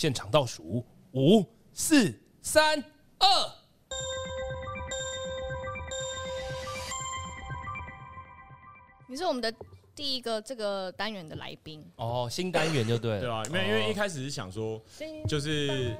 现场倒数5、4、3、2。 你是我们的第一个这个单元的来宾哦，新单元就对了， 对啊，因为一开始是想说，就是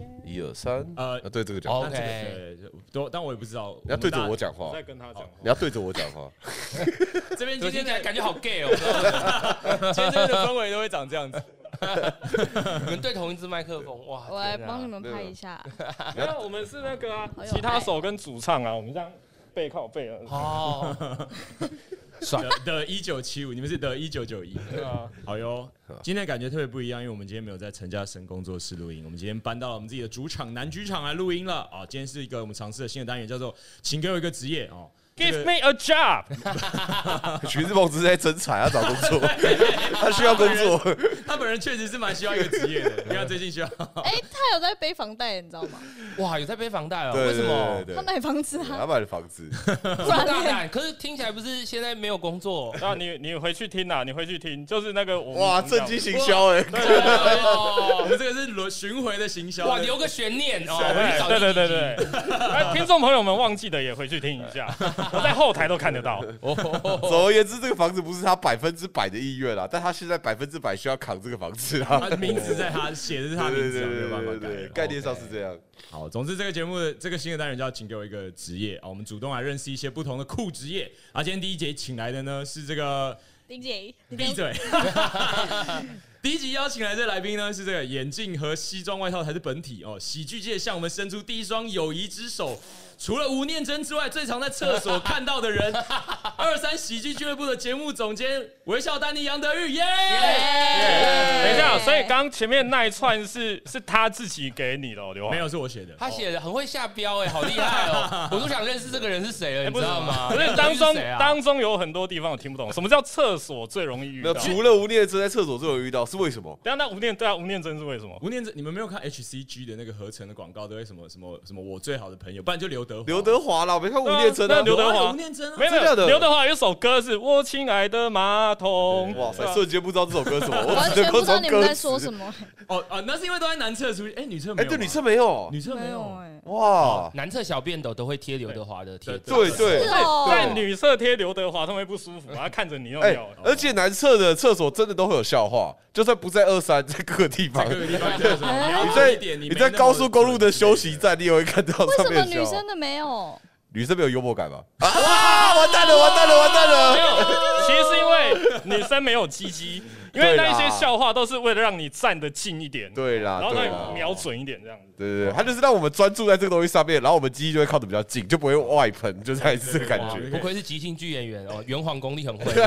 1、2、3，对这个讲话 ，OK， 对，但我也不知道， 你要对着我讲话， 在跟他讲话， 你要对着我讲话。 这边今天感觉好 gay 哦， 今天这边的氛围都会长这样子。 你们对同一支麦克风，哇！ 我来帮你们拍一下。 没有，我们是那个啊， 有吉他手跟主唱啊，我们这样背靠背啊。 哦，爽的1975，你们是的1991， 对啊， 好哟。今天感觉特别不一样，因为我们今天没有在陈家生工作室录音，我们今天搬到了我们自己的主场南剧场来录音了啊。今天是一个我们尝试的新的单元，叫做“请给我一个职业”哦。 Give me a job。 徐志鹏只是在征才，他找工作，他需要工作。 他本人确实是蛮需要一个职业的，因为他最近需要。 他有在背房贷，你知道吗？ 哇，有在背房贷哦？ 对为什么？ 他买房子啊， 他买了房子。 不然大胆，可是听起来不是现在没有工作。 然后你回去听啊，你回去听，就是那个哇，正经行销哎！ 我们这个是巡回的行销， 哇，留个悬念哦。 对，听众朋友们忘记的也回去听一下，我在后台都看得到。 总而言之，这个房子不是他100%的意愿啦，但他现在100%需要扛这个房子啦。 他名字在他写的是他名字，没有办法改。 概念上是这样。 好，总之这个节目的这个新的单元叫“请给我一个职业”啊，我们主动来认识一些不同的酷职业啊。今天第一节请来的呢是这个丁姐， 闭嘴。第一集邀请来的来宾呢是这个眼镜和西装外套才是本体哦，喜剧界向我们伸出第一双友谊之手。除了吴念真之外，最常在厕所看到的人，23喜剧俱乐部的节目总监微笑丹尼杨德玉，耶！ 等一下，所以刚前面那一串是他自己给你的哦，刘华没有，是我写的。 他写的很会下标哎，好厉害哦！我都想认识这个人是谁了，你知道吗？ 不是当中有很多地方我听不懂，什么叫厕所最容易遇到？ 除了吴念真在厕所最容易遇到，是为什么？ 等一下，那吴念真是为什么？ 吴念真，你们没有看 HCG 的那个合成的广告，都会什么我最好的朋友，不然就刘德华啦，我没看吴念真啊。 刘德华， 吴念真没有刘德华有一首歌是我亲爱的马桶。 哇塞，瞬间不知道这首歌是什么， 完全不知道你们在说什么。 那是因为都在男厕出现，女厕没有。 对，女厕没有， 女厕没有哇， 男厕小便斗都会贴刘德华的贴纸。 对， 在女厕贴刘德华，他们会不舒服，他看着你用尿。 而且男厕的厕所真的都会有笑话，就算不在23，在各个地方，你在高速公路的休息站，你也会看到上面的笑话。 为什么女生的没有？ 女生没有幽默感吗？啊！完蛋了！ 没有，其实是因为女生没有鸡鸡，因为那一些笑话都是为了让你站得近一点， 对啦， 然后让你瞄准一点这样子。 对，他就是让我们专注在这个东西上面，然后我们鸡就会靠得比较近，就不会外喷，就这样子的感觉。 不愧是即兴剧演员哦，圆谎功力很会。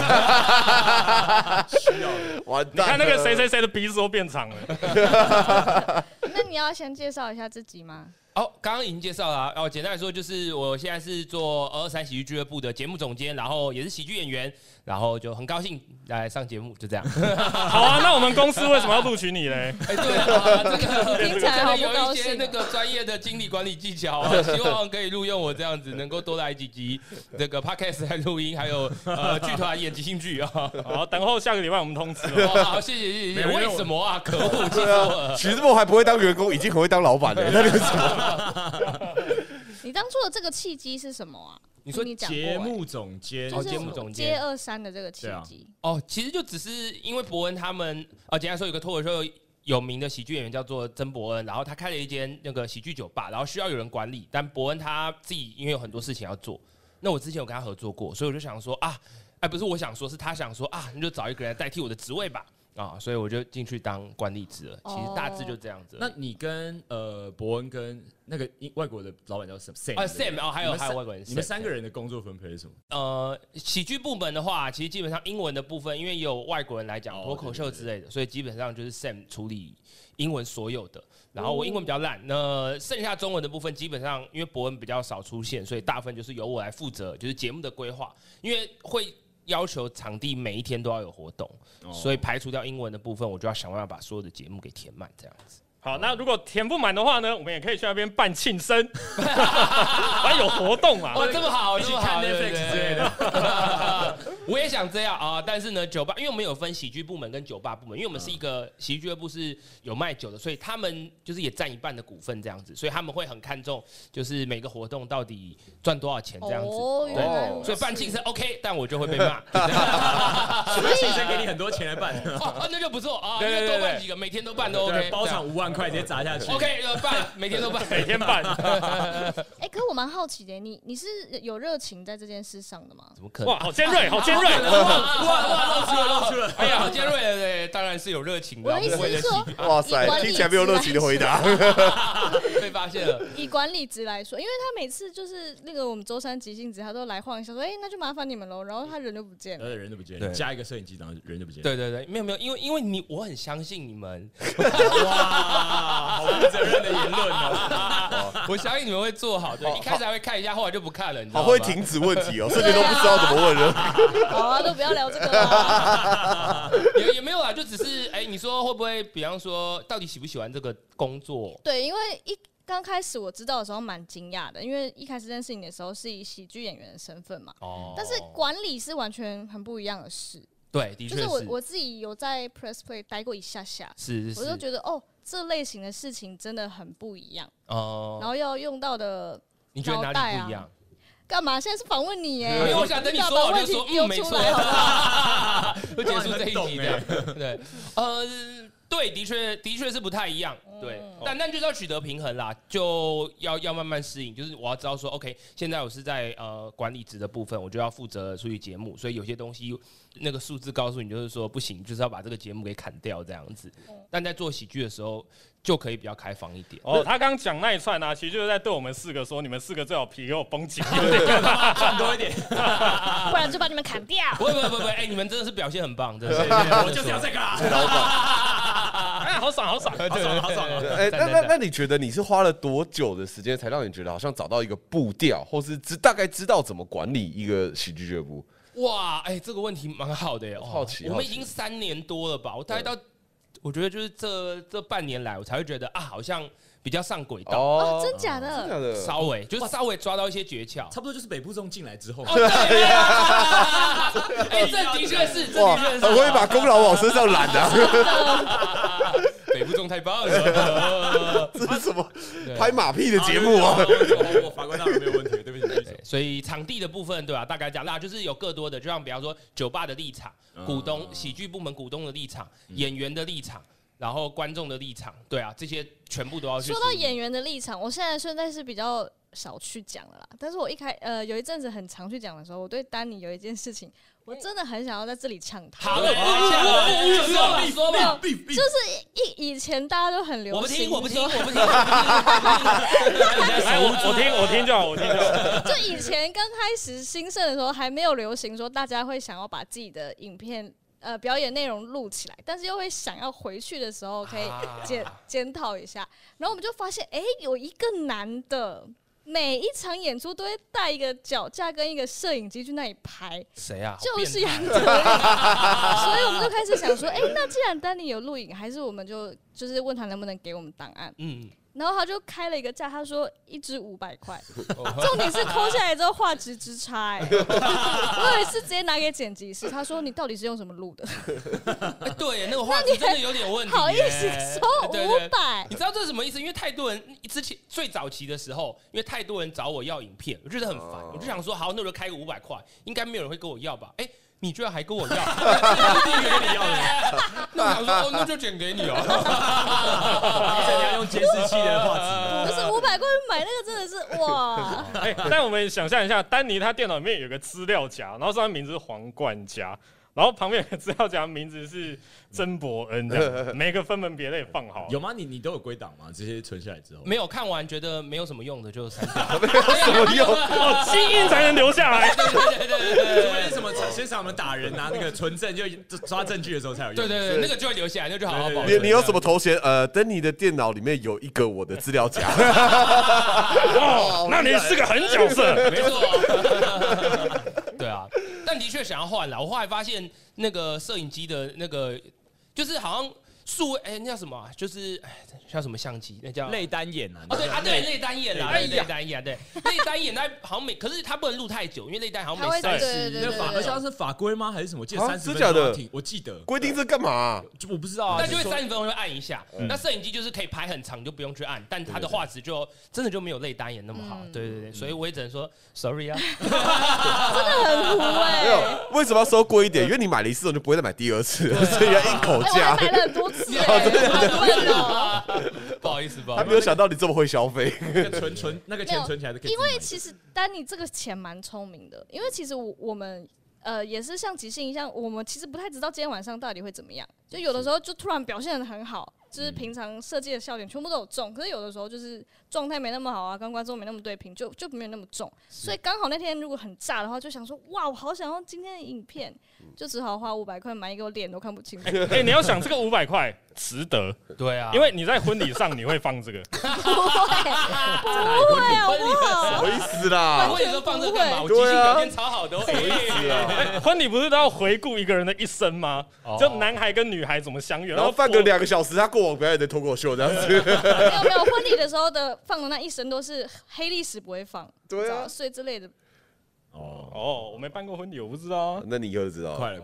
完蛋！ 你看那个谁的鼻子都变长了。 那你要先介绍一下自己吗？ 刚刚已经介绍了简单来说，就是我现在是做223喜剧俱乐部的节目总监，然后也是喜剧演员，然后就很高兴来上节目，就这样。 好啊，那我们公司为什么要录取你嘞？ 对啊，这个听起来好不高有一些兴。 那个专业的经理管理技巧希望可以录用我这样子，能够多来几集这个 podcast 来录音，还有剧团演即兴剧啊。 好，等候下个礼拜我们通知。 好，谢谢。为什么啊？可恶！气死我了。 许志鹏还不会当员工，已经很会当老板了。那是什么？ 你当初的这个契机是什么啊？ 你说节目总监， 节目总监接23的这个契机其实就只是因为伯恩他们简单说有个脱口秀有名的喜剧演员叫做曾伯恩，然后他开了一间那个喜剧酒吧，然后需要有人管理，但伯恩他自己因为有很多事情要做，那我之前有跟他合作过，所以我就想说不是我想说，是他想说那就找一个人来代替我的职位吧。所以我就进去当管理职了。其实大致就这样子。 那你跟伯恩跟那个外国的老板叫什么 ？Sam 还有外国人。 你们3个人的工作分配是什么？喜剧部门的话，其实基本上英文的部分，因为也有外国人来讲脱口秀之类的，所以基本上就是 Sam 处理英文所有的。然后我英文比较烂，那剩下中文的部分基本上因为伯恩比较少出现，所以大部分就是由我来负责，就是节目的规划，因为会要求场地每一天都要有活动，所以排除掉英文的部分，我就要想办法把所有的节目给填满，这样子。 好，那如果填不满的话呢，我们也可以去那边办庆生，反正有活动嘛。 哇，这么好， 一起看 Netflix 之类的。 我也想这样啊，但是呢，酒吧因为我们有分喜剧部门跟酒吧部门，因为我们是一个喜剧俱乐部是有卖酒的，所以他们就是也占一半的股份这样子，所以他们会很看重就是每个活动到底赚多少钱这样子。对，所以办庆生 OK， 但我就会被骂。 所以庆生给你很多钱来办， 那就不错啊，因为多办几个，每天都办都 OK， 包场5万块直接砸下去。 OK， 办每天都办， 每天办。 可我蛮好奇的，你是有热情在这件事上的吗？ 怎么可能？ 哇，好尖锐，好尖锐！ 哇，露出了！ 哎呀，好尖锐的，对，当然是有热情的。 我的意思是说， 哇塞，听起来没有热情的回答， 被发现了。 以管理职来说，因为他每次就是那个我们周三即兴职，他都来晃一下说，那就麻烦你们喽，然后他人就不见了， 人就不见了，加一个摄影机，然后人就不见了。 对，没有，因为我很相信你们。 哇，好负责任的言论哦！我相信你们会做好的，一开始还会看一下，后来就不看了，你知道吗？ 好会停止问题哦，瞬间都不知道怎么问了。 好啊，都不要聊这个了。 也没有啦，就只是你说会不会，比方说，到底喜不喜欢这个工作？ 对，因为刚开始我知道的时候蛮惊讶的，因为一开始认识你的时候是以喜剧演员的身份嘛，但是管理是完全很不一样的事。 对，的确是。 就是我自己有在 Press Play 待过一下下， 是， 我就觉得这类型的事情真的很不一样哦。 然后要用到的， 你觉得哪里不一样？ 干嘛？现在是访问你耶！ 因为我想等你说完，我就说没错，会结束这一集的。对，对，的确是不太一样。对，但就是要取得平衡啦，就要慢慢适应。就是我要知道说 ，OK， 现在我是在管理职的部分，我就要负责出去节目，所以有些东西那个数字告诉你，就是说不行，就是要把这个节目给砍掉这样子。但在做喜剧的时候，就可以比较开放一点。 他刚讲那一串啊，其实就是在对我们4个说，你们4个最好皮给我绷紧一点， 赚多一点， 不然就把你们砍掉。 不，你们真的是表现很棒，真的。 我就是要这个啊， 老板， 好爽。 那你觉得你是花了多久的时间才让你觉得好像找到一个步调，或是大概知道怎么管理一个喜剧俱乐部？ 哇，这个问题蛮好的耶， 好奇。 我们已经3年多了吧？我大概到，我觉得就是这半年来，我才会觉得好像比较上轨道。 哦，真假的？ 稍微抓到一些诀窍， 差不多就是北部粽进来之后。 对，这的确是， 哇，很会把功劳往身上揽的。 北部粽太棒了， 这是什么拍马屁的节目啊？ 法官大人没有问题，对不起。 所以场地的部分，对吧？大概这样，那就是有更多的，就像比方说酒吧的立场、股东、喜剧部门股东的立场、演员的立场，然后观众的立场，对啊，这些全部都要去。 说到演员的立场，我现在是比较少去讲了啦。但是我有一阵子很常去讲的时候，我对丹尼有一件事情，我真的很想要在这里呛他。 好，说吧， 就是以前大家都很流行， 我不听。 我听就好。 就以前刚开始兴盛的时候，还没有流行说大家会想要把自己的影片表演内容录起来，但是又会想要回去的时候可以检讨一下。然后我们就发现，有一个男的。每一场演出都会带一个脚架跟一个摄影机去那里拍， 谁啊？ 就是杨德利。所以我们就开始想说，那既然丹尼有录影，还是我们就是问他能不能给我们档案。然后他就开了一个价，他说1支500块，重点是抠下来之后画质之差。我有一次直接拿给剪辑师，他说你到底是用什么录的？ 对，那个画质真的有点问题。 好意思收500？ 你知道这是什么意思？因为太多人之前最早期的时候，因为太多人找我要影片，我觉得很烦，我就想说好，那我就开个500块，应该没有人会跟我要吧？你居然还跟我要？第一个跟你要的，那我想说，那就剪给你哦。 你要用监视器的画质， 不是500块买那个真的是哇！ 但我们想象一下，丹尼他电脑里面有个资料夹，然后上面名字是皇冠夹，然后旁边有个资料夹名字是曾伯恩，这样每个分门别类放好。 有吗？你都有归档吗？这些存下来之后， 没有看完觉得没有什么用的就删掉， 没有什么用基因才能留下来。 对，除非什么现场我们打人啊，那个存证就抓证据的时候才有用。 对，那个就会留下来，那就好好保存。 你有什么头衔？登你的电脑里面有一个我的资料夹。 那你是个狠角色， 没错。对啊，但的确想要换了。我后来发现那个摄影机的那个，就是好像那叫什么？就是叫什么相机？那叫类单眼啊。 对，类单眼啦，类单眼，对，类单眼它好像可是它不能录太久，因为类单好像每30。 而且是法规吗？还是什么？记得30分钟。我记得规定这干嘛？ 我不知道啊。 那就会30分钟就按一下。那摄影机就是可以拍很长，就不用去按，但它的画质就真的就没有类单眼那么好。对，所以我也只能说 sorry 啊， 真的很糊哎。 没有，为什么要收贵一点？因为你买了一次，就不会再买第2次，所以要硬口价。 我买了很多次， 不好意思， 他没有想到你这么会消费。 那个钱存起来的可以。 因为其实丹尼这个钱蛮聪明的，因为其实我们也是像即兴一样，我们其实不太知道今天晚上到底会怎么样，就有的时候就突然表现得很好。就是平常设计的笑点全部都有中，可是有的时候就是状态没那么好啊，跟观众没那么对频，就没有那么中。所以刚好那天如果很炸的话，就想说哇，我好想要今天的影片，就只好花500块买一个我脸都看不清楚。 你要想这个500块值得， 对啊， 因为你在婚礼上你会放这个， 不会好不好？ 什么意思啦？ 婚礼都放这个干嘛？我即兴表现超好的， 什么意思啊？ 婚礼不是都要回顾一个人的一生吗？就男孩跟女孩怎么相遇， 然后放个2个小时，他过往表演的脱口秀这样子。 没有，婚礼的时候放的那一生都是黑历史不会放， 对啊， 所以之类的。 我没办过婚礼，我不知道。 那你以后就知道。 快了。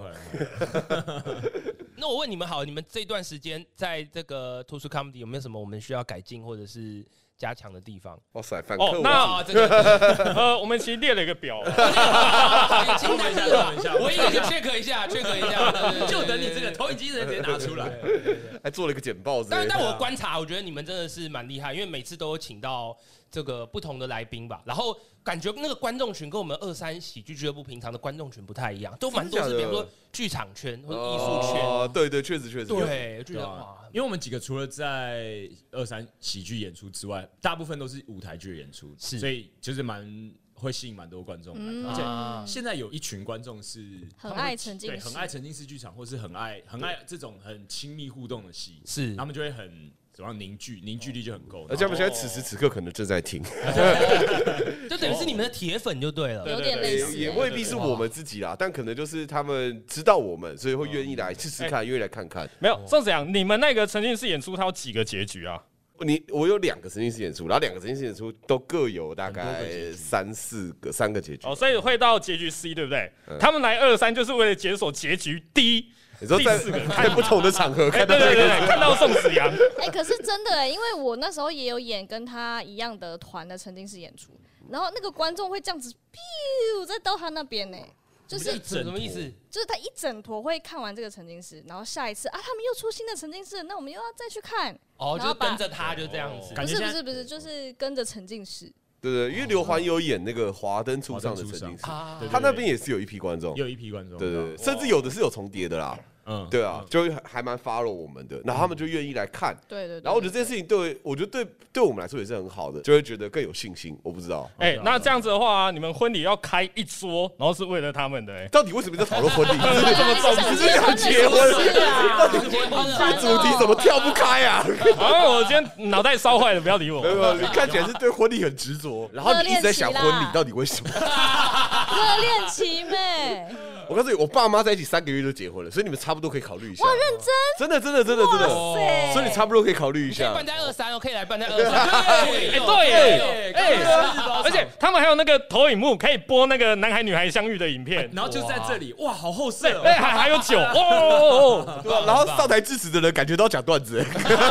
那我问你们好，你们这段时间在这个图书 comedy 有没有什么我们需要改进或者是加强的地方？ 哇塞，反客那我们其实列了一个表， 清单上，我也去 check 一下， 就等你这个投影机人直接拿出来， 还做了一个简报。 但我观察，我觉得你们真的是蛮厉害，因为每次都有请到这个不同的来宾吧，然后感觉那个观众群跟我们23喜剧俱乐部平常的观众群不太一样，都蛮多是比如说剧场圈或者艺术圈。 对，确实。 对，觉得哇， 因为我们几个除了在23喜剧演出之外，大部分都是舞台剧演出，所以就是会吸引蛮多观众来，而且现在有一群观众是很爱沉浸式， 很爱沉浸式剧场，或是很爱这种很亲密互动的戏， 是他们就会很。怎么样凝聚力就很够， 而且他们现在此时此刻可能正在听， 就等于是你们的铁粉就对了， 有点类似， 也未必是我们自己啦，但可能就是他们知道我们，所以会愿意来试试看，愿意来看看。 没有，宋子阳，你们那个沉浸式演出它有几个结局啊？ 我有2个沉浸式演出，然后2个沉浸式演出都各有大概3个结局。 所以会到结局 C， 对不对？他们来23就是为了解锁结局 D。 你说在不同的场合看到看到宋子阳， 可是真的因为我那时候也有演跟他一样的团的沉浸式演出，然后那个观众会这样子，再到他那边就是什么意思？ 就是他一整坨会看完这个沉浸式，然后下一次他们又出新的沉浸式，那我们又要再去看。 就跟着他就这样子。 不是，就是跟着沉浸式。 对，因为刘环有演那个《华灯初上》的沉浸式，他那边也是有一批观众，对，甚至有的是有重叠的啦。对啊，就还蛮 follow 我们的，然后他们就愿意来看。 对。 然后我觉得这件事情我觉得对我们来说也是很好的，就会觉得更有信心。我不知道。 那这样子的话，你们婚礼要开一桌，然后是为了他们的。 到底为什么在讨论婚礼？ 这么重视？想结婚到底结婚这主题怎么跳不开啊？ 我今天脑袋烧坏了，不要理我。 没有，你看起来是对婚礼很执着，然后你一直在想婚礼到底为什么？ 热恋期妹。 我告诉你，我爸妈在一起3个月就结婚了，所以你们差不多可以考虑一下。 哇，认真？ 真的，所以你差不多可以考虑一下。 可以办在23，可以来办在23。 对，而且他们还有那个投影幕，可以播那个男孩女孩相遇的影片， 然后就在这里，哇，好厚色哦！ 还有酒哦，然后上台致辞的人感觉都要讲段子。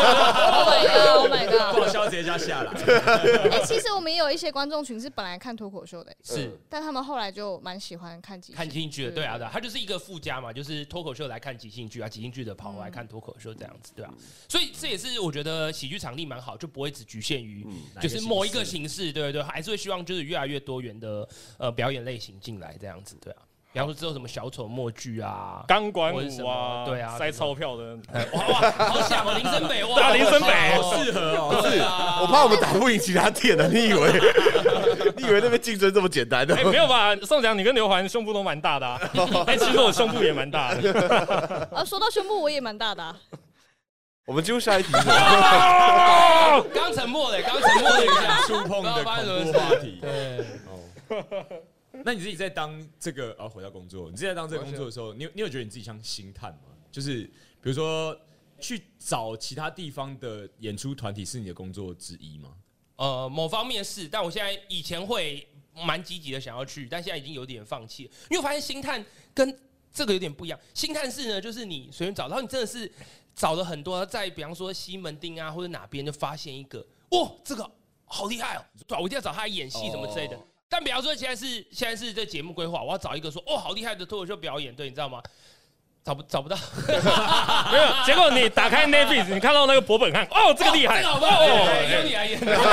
Oh my god！ 不好笑直接叫下来。 其实我们也有一些观众群是本来看脱口秀的， 是， 但他们后来就蛮喜欢看即兴剧的。对啊，它就是一个附加嘛，就是脱口秀来看即兴剧啊，即兴剧的跑来看脱口秀这样子，对啊。所以这也是我觉得喜剧场地蛮好，就不会只局限于就是某一个形式，对，还是会希望就是越来越多元的表演类型进来这样子，对啊。比方说只有什么小丑默剧啊、 钢管舞啊， 对啊， 塞钞票的， 哇，好想哦，林森北，哇， 林森北好适合哦。 不是，我怕我们打不赢其他店的，你以为那边竞争这么简单的？ 没有吧？宋强，你跟刘环胸部都蛮大的啊。其实我胸部也蛮大的。 说到胸部，我也蛮大的。 我们进入下一题。 刚沉默了一下， 触碰的恐怖话题。 对。 那你自己在当这个回到工作，你自己在当这个工作的时候，你有觉得你自己像星探吗？就是比如说去找其他地方的演出团体是你的工作之一吗？ 某方面是，但我现在以前会蛮积极的想要去，但现在已经有点放弃了，因为我发现星探跟这个有点不一样。星探是呢，就是你随便找，然后你真的是找了很多，在比方说西门町啊或者哪边就发现一个，哇，这个好厉害哦，对，我一定要找他演戏什么之类的。但比方说现在是这节目规划，我要找一个说，哦，好厉害的脱口秀表演，对，你知道吗？找不到， 没有。结果你打开 Netflix， 你看到那个博本汉，哦，这个厉害， 这个好棒，由你来演的。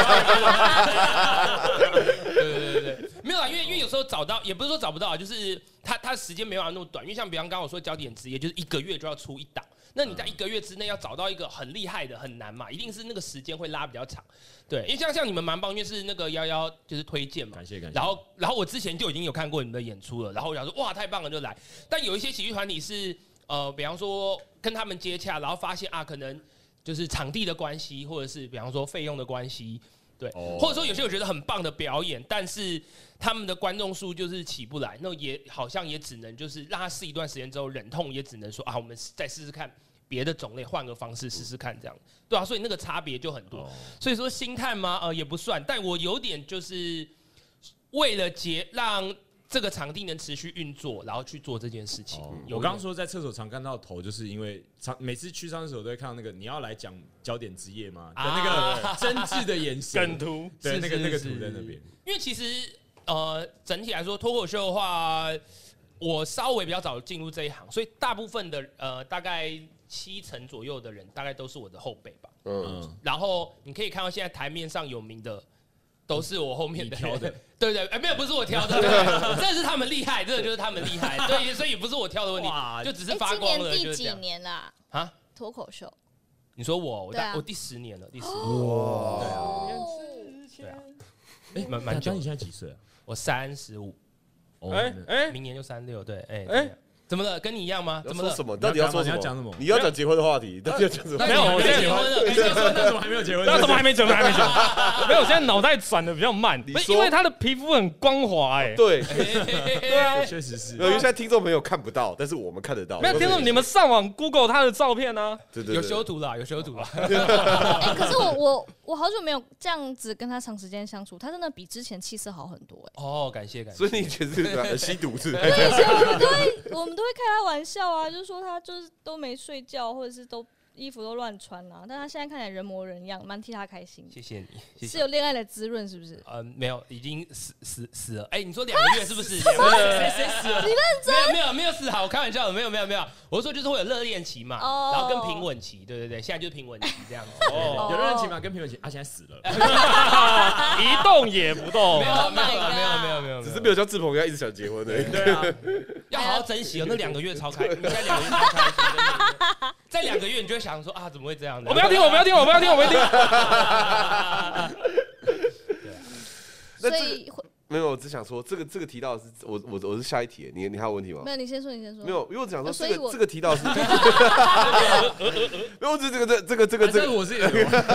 对，没有啦，因为有时候找到，也不是说找不到，就是他时间没办法那么短。因为像比方刚刚我说焦点职业，就是1个月就要出1档，那你在1个月之内要找到一个很厉害的很难嘛，一定是那个时间会拉比较长。对，因为像你们蛮棒，因为是那个11就是推荐嘛， 感谢。 然后我之前就已经有看过你们的演出了，然后我想说哇太棒了就来。但有一些喜剧团体是比方说跟他们接洽，然后发现啊可能就是场地的关系，或者是比方说费用的关系。对，或者说有些我觉得很棒的表演，但是他们的观众数就是起不来，那也好像也只能就是让他试一段时间之后，忍痛也只能说啊，我们再试试看别的种类，换个方式试试看这样，对啊，所以那个差别就很多。所以说星探吗？也不算，但我有点就是为了让这个场地能持续运作，然后去做这件事情。 我刚刚说在厕所常看到头，就是因为每次去上厕所都会看到那个你要来讲焦点之夜吗？的那个真挚的眼神梗图， 对，那个图在那边。 因为其实整体来说脱口秀的话，我稍微比较早进入这一行，所以大部分的大概70%左右的人，大概都是我的后辈吧。然后你可以看到现在台面上有名的。都是我后面的挑的， 对，没有不是我挑的，这是他们厉害，这个就是他们厉害，对，所以不是我挑的问题，就只是发光了。 今年第几年啦？啊，脱口秀？ 你说我第10年了，第10年。对啊，蛮久。 你现在几岁啊？ 我35。明年就36，对，怎么了？跟你一样吗？怎么了？ 什么？到底要说什么？ 讲什么？ 你要讲结婚的话题，到底要讲什么？ 没有，我现在结婚了。 你说那怎么还没有结婚？ 那怎么还没结婚？没有，我现在脑袋转的比较慢，因为他的皮肤很光滑， 对， 对啊， 确实是。 因为现在听众朋友看不到，但是我们看得到。 没有听众，你们上网 Google 他的照片呢？ 对， 有修图啦。可是我好久没有这样子跟他长时间相处，他真的比之前气色好很多感谢。 所以你以前是吸毒是？ 对，以前我们都会开他玩笑啊，就是说他就是都没睡觉，或者是衣服都乱穿啊，但他现在看起来人模人样，蛮替他开心。 谢谢你， 是有恋爱的滋润是不是？ 没有，已经死了。你说2个月是不是？谁死了？ 你认真？ 没有死好，我开玩笑的，没有。我说就是会有热恋期嘛，然后跟平稳期，对，现在就是平稳期这样子。 有热恋期吗？跟平稳期现在死了， 一动也不动。 没有， 只是没有像志鹏一样一直想结婚的。 对啊，要好好珍惜哦，那2个月超开，你现在2个月超开心。在2个月，你就会想说啊，怎么会这样？ 我不要听。 所以没有，我只想说这个提到的是我是下一题，你还有问题吗？ 没有，你先说。 没有，因为我只想说这个提到是，没有，这个我是让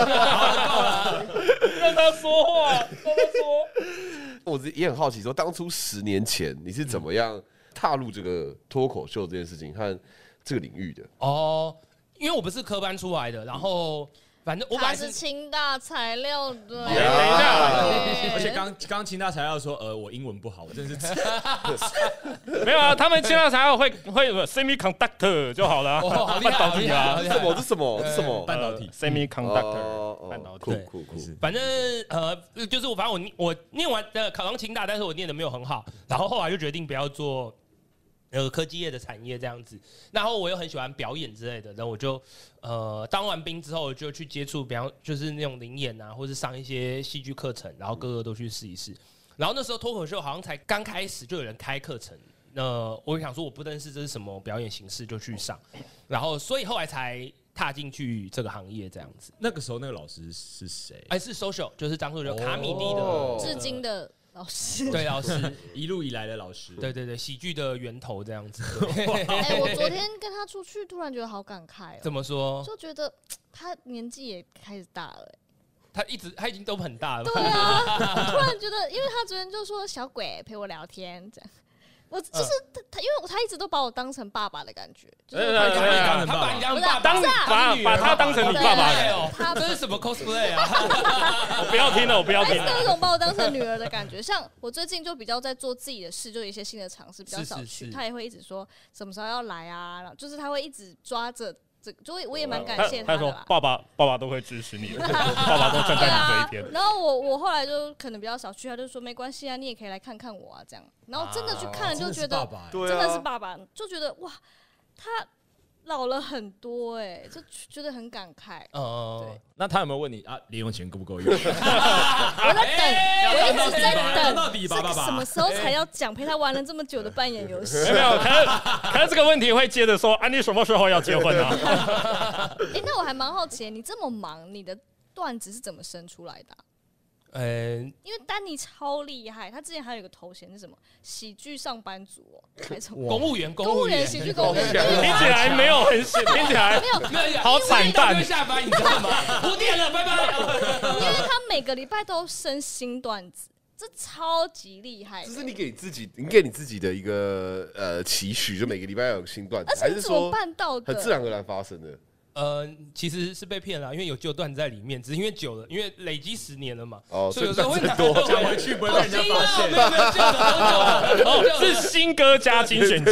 他说话， 我也很好奇，说当初10年前你是怎么样踏入这个脱口秀这件事情和这个领域的？ 因为我不是科班出来的，然后反正我本来是清大材料的。 等一下， 而且刚清大材料说，我英文不好，我真是没有啊，他们清大材料会 semiconductor 就好了，半导体啊， 这什么半导体 semiconductor 半导体， 酷。 反正就是反正我念完的考上清大，但是我念的没有很好，然后后来就决定不要做。科技业的产业这样子，然后我又很喜欢表演之类的，然后我就当完兵之后就去接触，比方就是那种临演啊，或是上一些戏剧课程，然后各个都去试一试。然后那时候脱口秀好像才刚开始，就有人开课程，我想说我不认识这是什么表演形式，就去上，然后所以后来才踏进去这个行业这样子。 那个时候那个老师是谁？ 是 social， 就是张硕卡米蒂的至今的。老师， 对老师， 一路以来的老师， 对，喜剧的源头这样子。 我昨天跟他出去，突然觉得好感慨。 怎么说？ 就觉得他年纪也开始大了。 他已经都很大了。 对啊，突然觉得，因为他昨天就说小鬼陪我聊天这样， 我就是他，因为他一直都把我当成爸爸的感觉，就是他把你把他当成你爸爸他这是什么 cosplay 啊？ 我不要听了，我不要听了。 他有一种把我当成女儿的感觉，像我最近就比较在做自己的事，就有一些新的尝试，比较少去。他也会一直说什么时候要来啊，然后就是他会一直抓着。就我也蛮感谢他的啦。 他说爸爸都会支持你的，爸爸都站在你这一边。 然后我后来就可能比较少去，他就说没关系啊，你也可以来看看我啊这样。然后真的去看了就觉得真的是爸爸，就觉得哇，他老了很多就觉得很感慨。对， 那他有没有问你啊？零用钱够不够用？我在等，我一直在等， 到底爸什么时候才要讲？陪他玩了这么久的扮演游戏， 没有。可是这个问题会接着说啊，你什么时候要结婚啊？ 那我还蛮好奇，你这么忙，你的段子是怎么生出来的？因为丹尼超厉害，他之前还有一个头衔是什么？喜剧上班族还是公务员？ 喜剧公务员， 听起来没有很喜，听起来没有， 好惨淡。 下班你知道吗？5点了，拜拜。 因为他每个礼拜都生新段子，这超级厉害。 这是你给你自己的一个期许，就每个礼拜要有新段子， 而且怎么办到的？ 很自然而然发生的。 其实是被骗了，因为有旧段子在里面，只是因为久了，因为累积10年了嘛， 所以有时候会拿多讲回去，不会被人家发现。 没有旧的， 是新歌加精选集，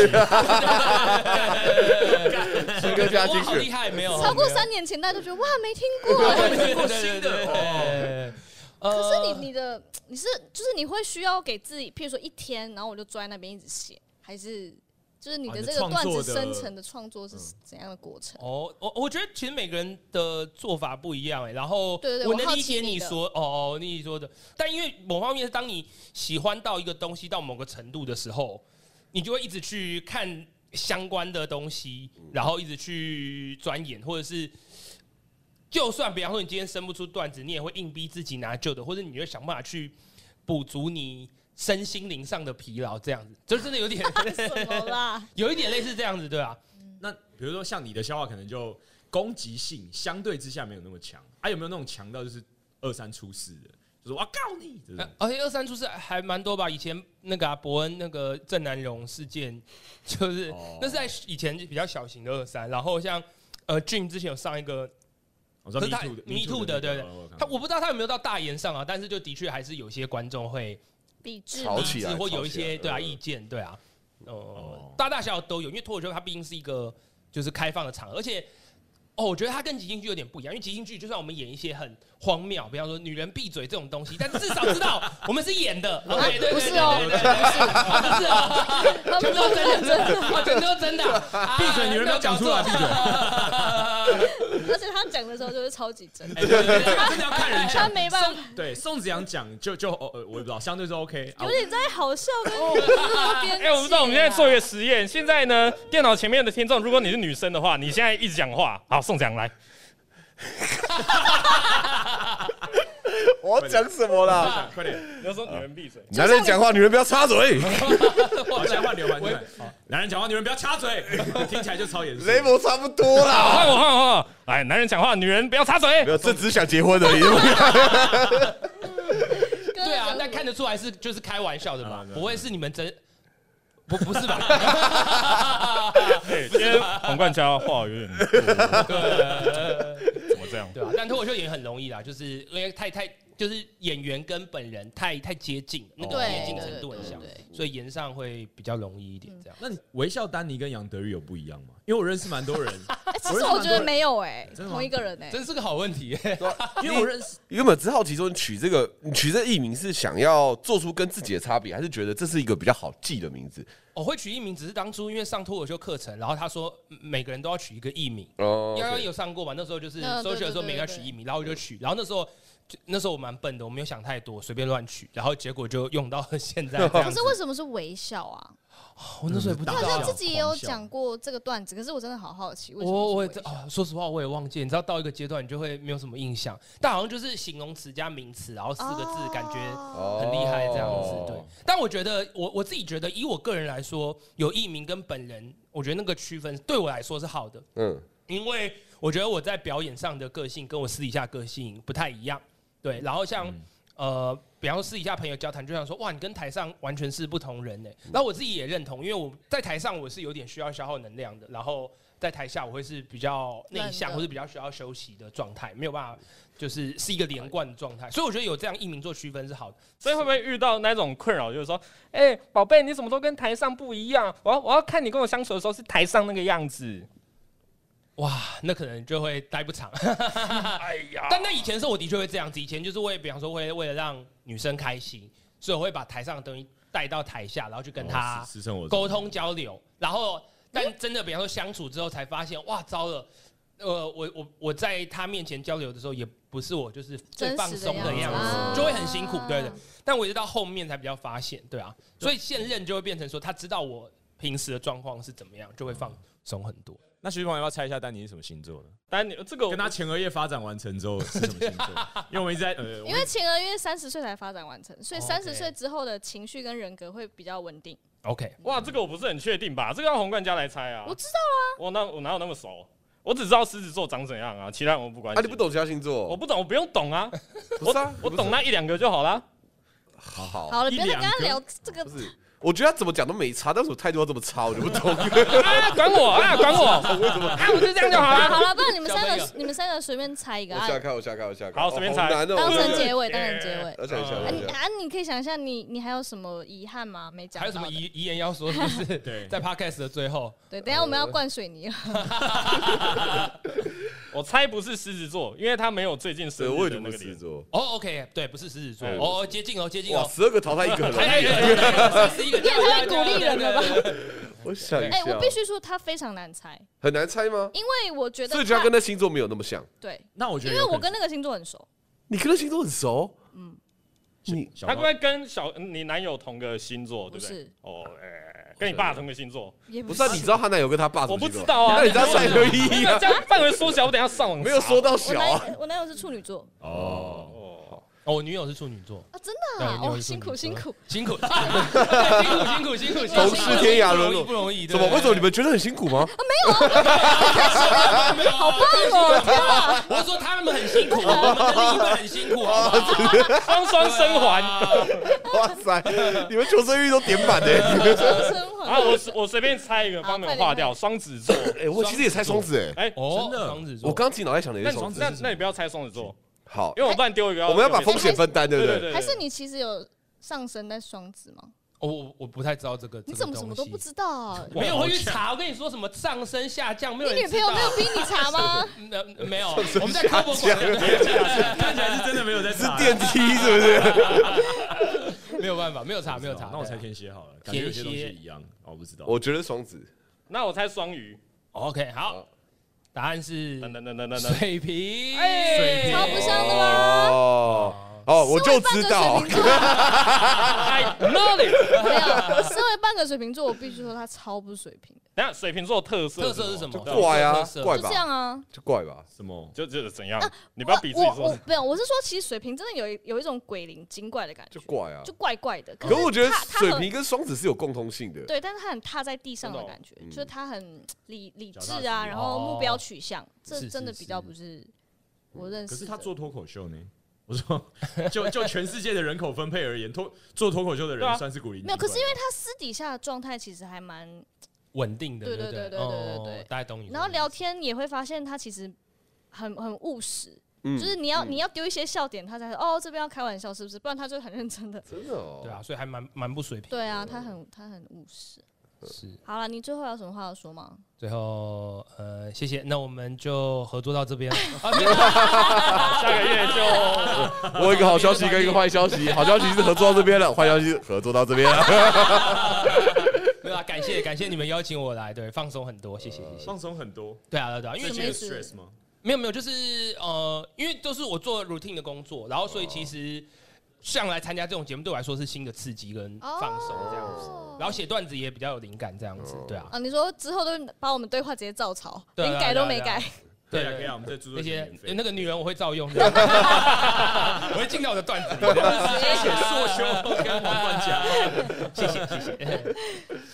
新歌加精选， 好厉害，没有超过3年前，大家都觉得哇没听过， 新的。 可是你是就是你会需要给自己，譬如说1天，然后我就坐在那边一直写，还是？就是你的这个段子生成的创作是怎样的过程？ 我觉得其实每个人的做法不一样然后对我能理解你说你说的，但因为某方面是当你喜欢到一个东西到某个程度的时候，你就会一直去看相关的东西，然后一直去钻研，或者是就算比方说你今天生不出段子，你也会硬逼自己拿旧的，或者你会想办法去补足你身心灵上的疲劳，这样子就真的有点什么啦？ 有一点类似这样子，对吧？ 那比如说像你的笑话，可能就攻击性相对之下没有那么强，有没有那种强到就是2、3出4的，就是我要告你？ 而且2、3出4还蛮多吧？以前那个伯恩那个郑南榕事件，就是那是在以前比较小型的2、3，然后像Jim 之前有上一个。 我知道 Me Too 的，对，我不知道他有没有到大言上啊，但是就的确还是有些观众会吵起来， 或有一些意见，对啊，大大小小都有，因为脱口秀它毕竟是一个就是开放的场合，而且我觉得它跟即兴剧有点不一样，因为即兴剧就算我们演一些很荒谬，比方说女人闭嘴这种东西，但至少知道我们是演的，对， 不是不是哦，全都真的，全都真的， 闭嘴，女人不要讲出来，闭嘴。 而且他讲的时候就是超级真， 真的要看人讲， 他没办法。 对，宋子阳讲就我也不知道，相对是 OK， 有点在好笑跟边。 我不知道，我们现在做一个实验，现在呢，电脑前面的听众，如果你是女生的话，你现在一直讲话，好，宋子阳来。 我要讲什么啦？ 快点！ 你要说女人闭嘴， 男人讲话，女人不要插嘴。 好，现在换刘环出来。男人讲话，女人不要插嘴，听起来就超严肃。 雷蒙差不多啦。 换我。来，男人讲话，女人不要插嘴。 没有，这只是想结婚而已。 对啊，但看得出来是就是开玩笑的嘛，不会是你们真。不是吧？ 今天黄冠嘉话有点多，怎么这样？ 对啊，但脱口秀演很容易啦，就是因为太就是演员跟本人太接近，那个接近程度很像，所以演上会比较容易一点。这样， 那你微笑丹尼跟杨德玉有不一样吗？因为我认识蛮多人， 其实我觉得没有同一个人真是个好问题。 因为我认识， 原本只好奇说，你取这个艺名是想要做出跟自己的差别，还是觉得这是一个比较好记的名字？ 我会取艺名，只是当初因为上脱口秀课程，然后他说每个人都要取一个艺名。刚刚有上过嘛？那时候就是搜学的时候，每个人取艺名，然后我就取，然后那时候我蛮笨的，我没有想太多，随便乱取，然后结果就用到现在。 可是为什么是微笑啊？ 我那时候也不知道， 你好像自己也有讲过这个段子，可是我真的好好奇，为什么说实话我也忘记，你知道到一个阶段你就会没有什么印象，但好像就是形容词加名词，然后4个字，感觉很厉害这样子。对，但我觉得我自己觉得，以我个人来说，有艺名跟本人，我觉得那个区分对我来说是好的。因为我觉得我在表演上的个性跟我私底下个性不太一样。对，然后像比方说私底下朋友交谈，就想说哇，你跟台上完全是不同人呢。然后我自己也认同，因为我在台上我是有点需要消耗能量的，然后在台下我会是比较内向或是比较需要休息的状态，没有办法就是一个连贯的状态。所以我觉得有这样艺名做区分是好的。 所以会不会遇到那种困扰，就是说，宝贝，你怎么都跟台上不一样？我要看你跟我相处的时候是台上那个样子。 哇，那可能就会待不长。哎呀，但那以前是我的确会这样子，以前就是比方说为了让女生开心，所以我会把台上的东西带到台下，然后去跟她沟通交流。然后，但真的比方说相处之后才发现，哇，糟了，我在她面前交流的时候，也不是我就是最放松的样子，就会很辛苦，对。但我一直到后面才比较发现，对啊，所以现任就会变成说，他知道我平时的状况是怎么样，就会放松很多。 那徐鹏要不要猜一下丹尼是什么星座的？ 丹尼这个跟他前额叶发展完成之后是什么星座？因为我们一直在因为前额叶30岁才发展完成，所以30岁之后的情绪跟人格会比较稳定。 OK， 哇，这个我不是很确定吧？这个要洪冠嘉来猜啊。 我知道啊，我哪有那么熟？我只知道狮子座长怎样啊，其他我不关心。 你不懂其他星座？ 我不懂，我不用懂啊。 不是啊， 我懂那1-2个就好啦。 好了，不要再跟他聊这个。 我觉得他怎么讲都没差，但是我态度要这么差，我就不懂。 管我！为什么？我就这样就好了。 好了，不然你们三个随便猜一个。 我下看。 好，随便猜。 当成结尾。 我想一下。 你可以想一下，你还有什么遗憾吗？没讲。 还有什么遗言要说？是不是？对，在 podcast 的最后。 对，等一下我们要灌水泥了。 我猜不是狮子座，因为他没有最近生日的那个狮子座。 OK， 对，不是狮子座。接近了。 哇，12个淘汰1个了。 11个， 你也太鼓励人了吧？ 我想一下， 我必须说他非常难猜。 很难猜吗？ 因为我觉得， 所以他跟那星座没有那么像。 对， 那我觉得， 因为我跟那个星座很熟。 你跟那星座很熟？ 他会不会跟你男友同个星座？对不对？跟你爸同个星座？ 不是，你知道他男友跟他爸什么星座？ 我不知道啊。 那你知道有什么意义啊？ 这样范围缩小，我等一下上网。 没有缩到小啊。 我男友是处女座。 我女友是处女座啊，真的啊！哦，辛苦， 同是天涯沦落不容易。 怎么？为什么你们觉得很辛苦吗？ 没有啊，没有，好棒哦！天啊！ 我说他们很辛苦，我们的另一半很辛苦啊， 双生还。 哇塞，你们求生欲都点满的。 啊，我随便猜一个，帮你们划掉。双子座， 我其实也猜双子， 真的，双子座。 我刚自己脑袋想的也是双子。 那你不要猜双子座。 好， 因为我不然丢一个， 我们要把风险分担，对不对？ 还是你其实有上升在双子吗？ 我不太知道这个。 你怎么什么都不知道？ 没有会去查。我跟你说什么上升下降，没有。 你女朋友没有逼你查吗？ 没有，我们在科普馆， 看起来是真的没有在查。 是电梯是不是？ 没有办法，没有查。 那我猜天蝎好了，感觉有些东西一样。我不知道。 我觉得双子。 那我猜双鱼。 OK， 好。答案是水瓶， 超不像的吗？ 我就知道。 没有，身为半个水瓶座，我必须说他超不水瓶。 等下水瓶座特色是什么？ 怪啊，怪吧？ 就这样啊， 就怪吧？ 什么？ 就是怎样？你不要比自己说。 没有，我是说，其实水瓶真的有一种鬼灵精怪的感觉， 就怪啊， 就怪怪的。 可我觉得水瓶跟双子是有共通性的， 对，但是他很踏在地上的感觉，就是他很理智啊，然后目标取向，这真的比较不是我认识。 可是他做脱口秀呢？我说，就全世界的人口分配而言，做脱口秀的人算是古灵精怪。 没有，可是因为他私底下的状态其实还蛮稳定的， 对， 大概懂你。 然后聊天也会发现他其实很务实，就是你要丢一些笑点，他才说这边要开玩笑是不是？不然他就很认真的。 真的哦。 对啊，所以还蛮不水平。 对啊，他很务实。是。好了，你最后有什么话要说吗？ 最后谢谢，那我们就合作到这边。 下个月就我有一个好消息跟一个坏消息，好消息是合作到这边了，坏消息是合作到这边了。 对啊，感谢你们邀请我来，对，放松很多，谢谢。 放松很多。 对啊，因为没 stress 吗？ 没有，就是因为都是我做 routine 的工作，然后所以其实。上来参加这种节目对我来说是新的刺激跟放松这样子，然后写段子也比较有灵感这样子，对啊。 你说之后都把我们对话直接照抄，连改都没改。 对啊，可以啊，我们这著作权那个女人我会照用，我会进到我的段子里，直接写硕修跟王冠嘉。谢谢。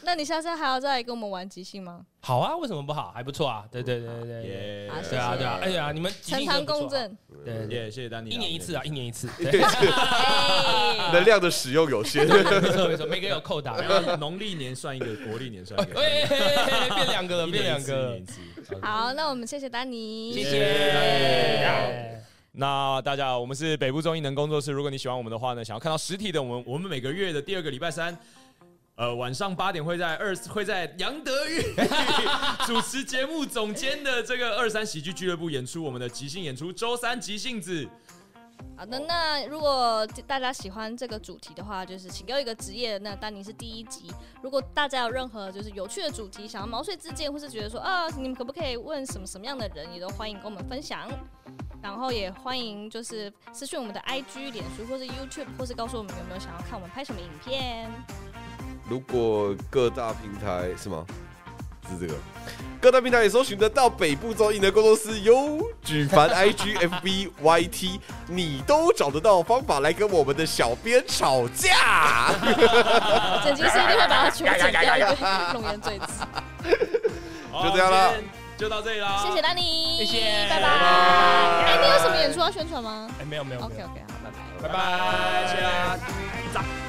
那你下次还要再来跟我们玩即兴吗？ 好啊，为什么不好？还不错啊，对，对啊，哎呀，你们呈堂共振， 对，谢谢丹尼， 一年一次啊，1年1次， 能量的使用有限， 没错，每个有扣打， 农历年算一个，国历年算一个， 变2个了，变2个了。 好，那我们谢谢丹尼， 谢谢。 那大家好，我们是北部综艺能工作室。如果你喜欢我们的话呢，想要看到实体的我们每个月的第2个礼拜3。晚上8点会在杨德玉主持节目总监的这个23喜剧俱乐部演出我们的即兴演出，周3即兴子。 好的，那如果大家喜欢这个主题的话，就是请给我一个职业，那丹尼是第1集。如果大家有任何就是有趣的主题，想要毛遂自荐，或是觉得说你们可不可以问什么样的人，也都欢迎跟我们分享。然后也欢迎就是私讯我们的 IG、脸书或是 YouTube， 或是告诉我们有没有想要看我们拍什么影片。 如果各大平台是吗？是这个，各大平台也搜寻得到北部综艺的工作室哟，举凡 IG、FB、YT， 你都找得到方法来跟我们的小编吵架。 剪辑师一定会把它全部剪掉，弄言赘字。 就这样了， 就到这里啦。 谢谢丹尼， 谢谢， 拜拜。你有什么演出要宣传吗？ 没有。 OK， 好，拜拜， 拜拜，谢谢啦。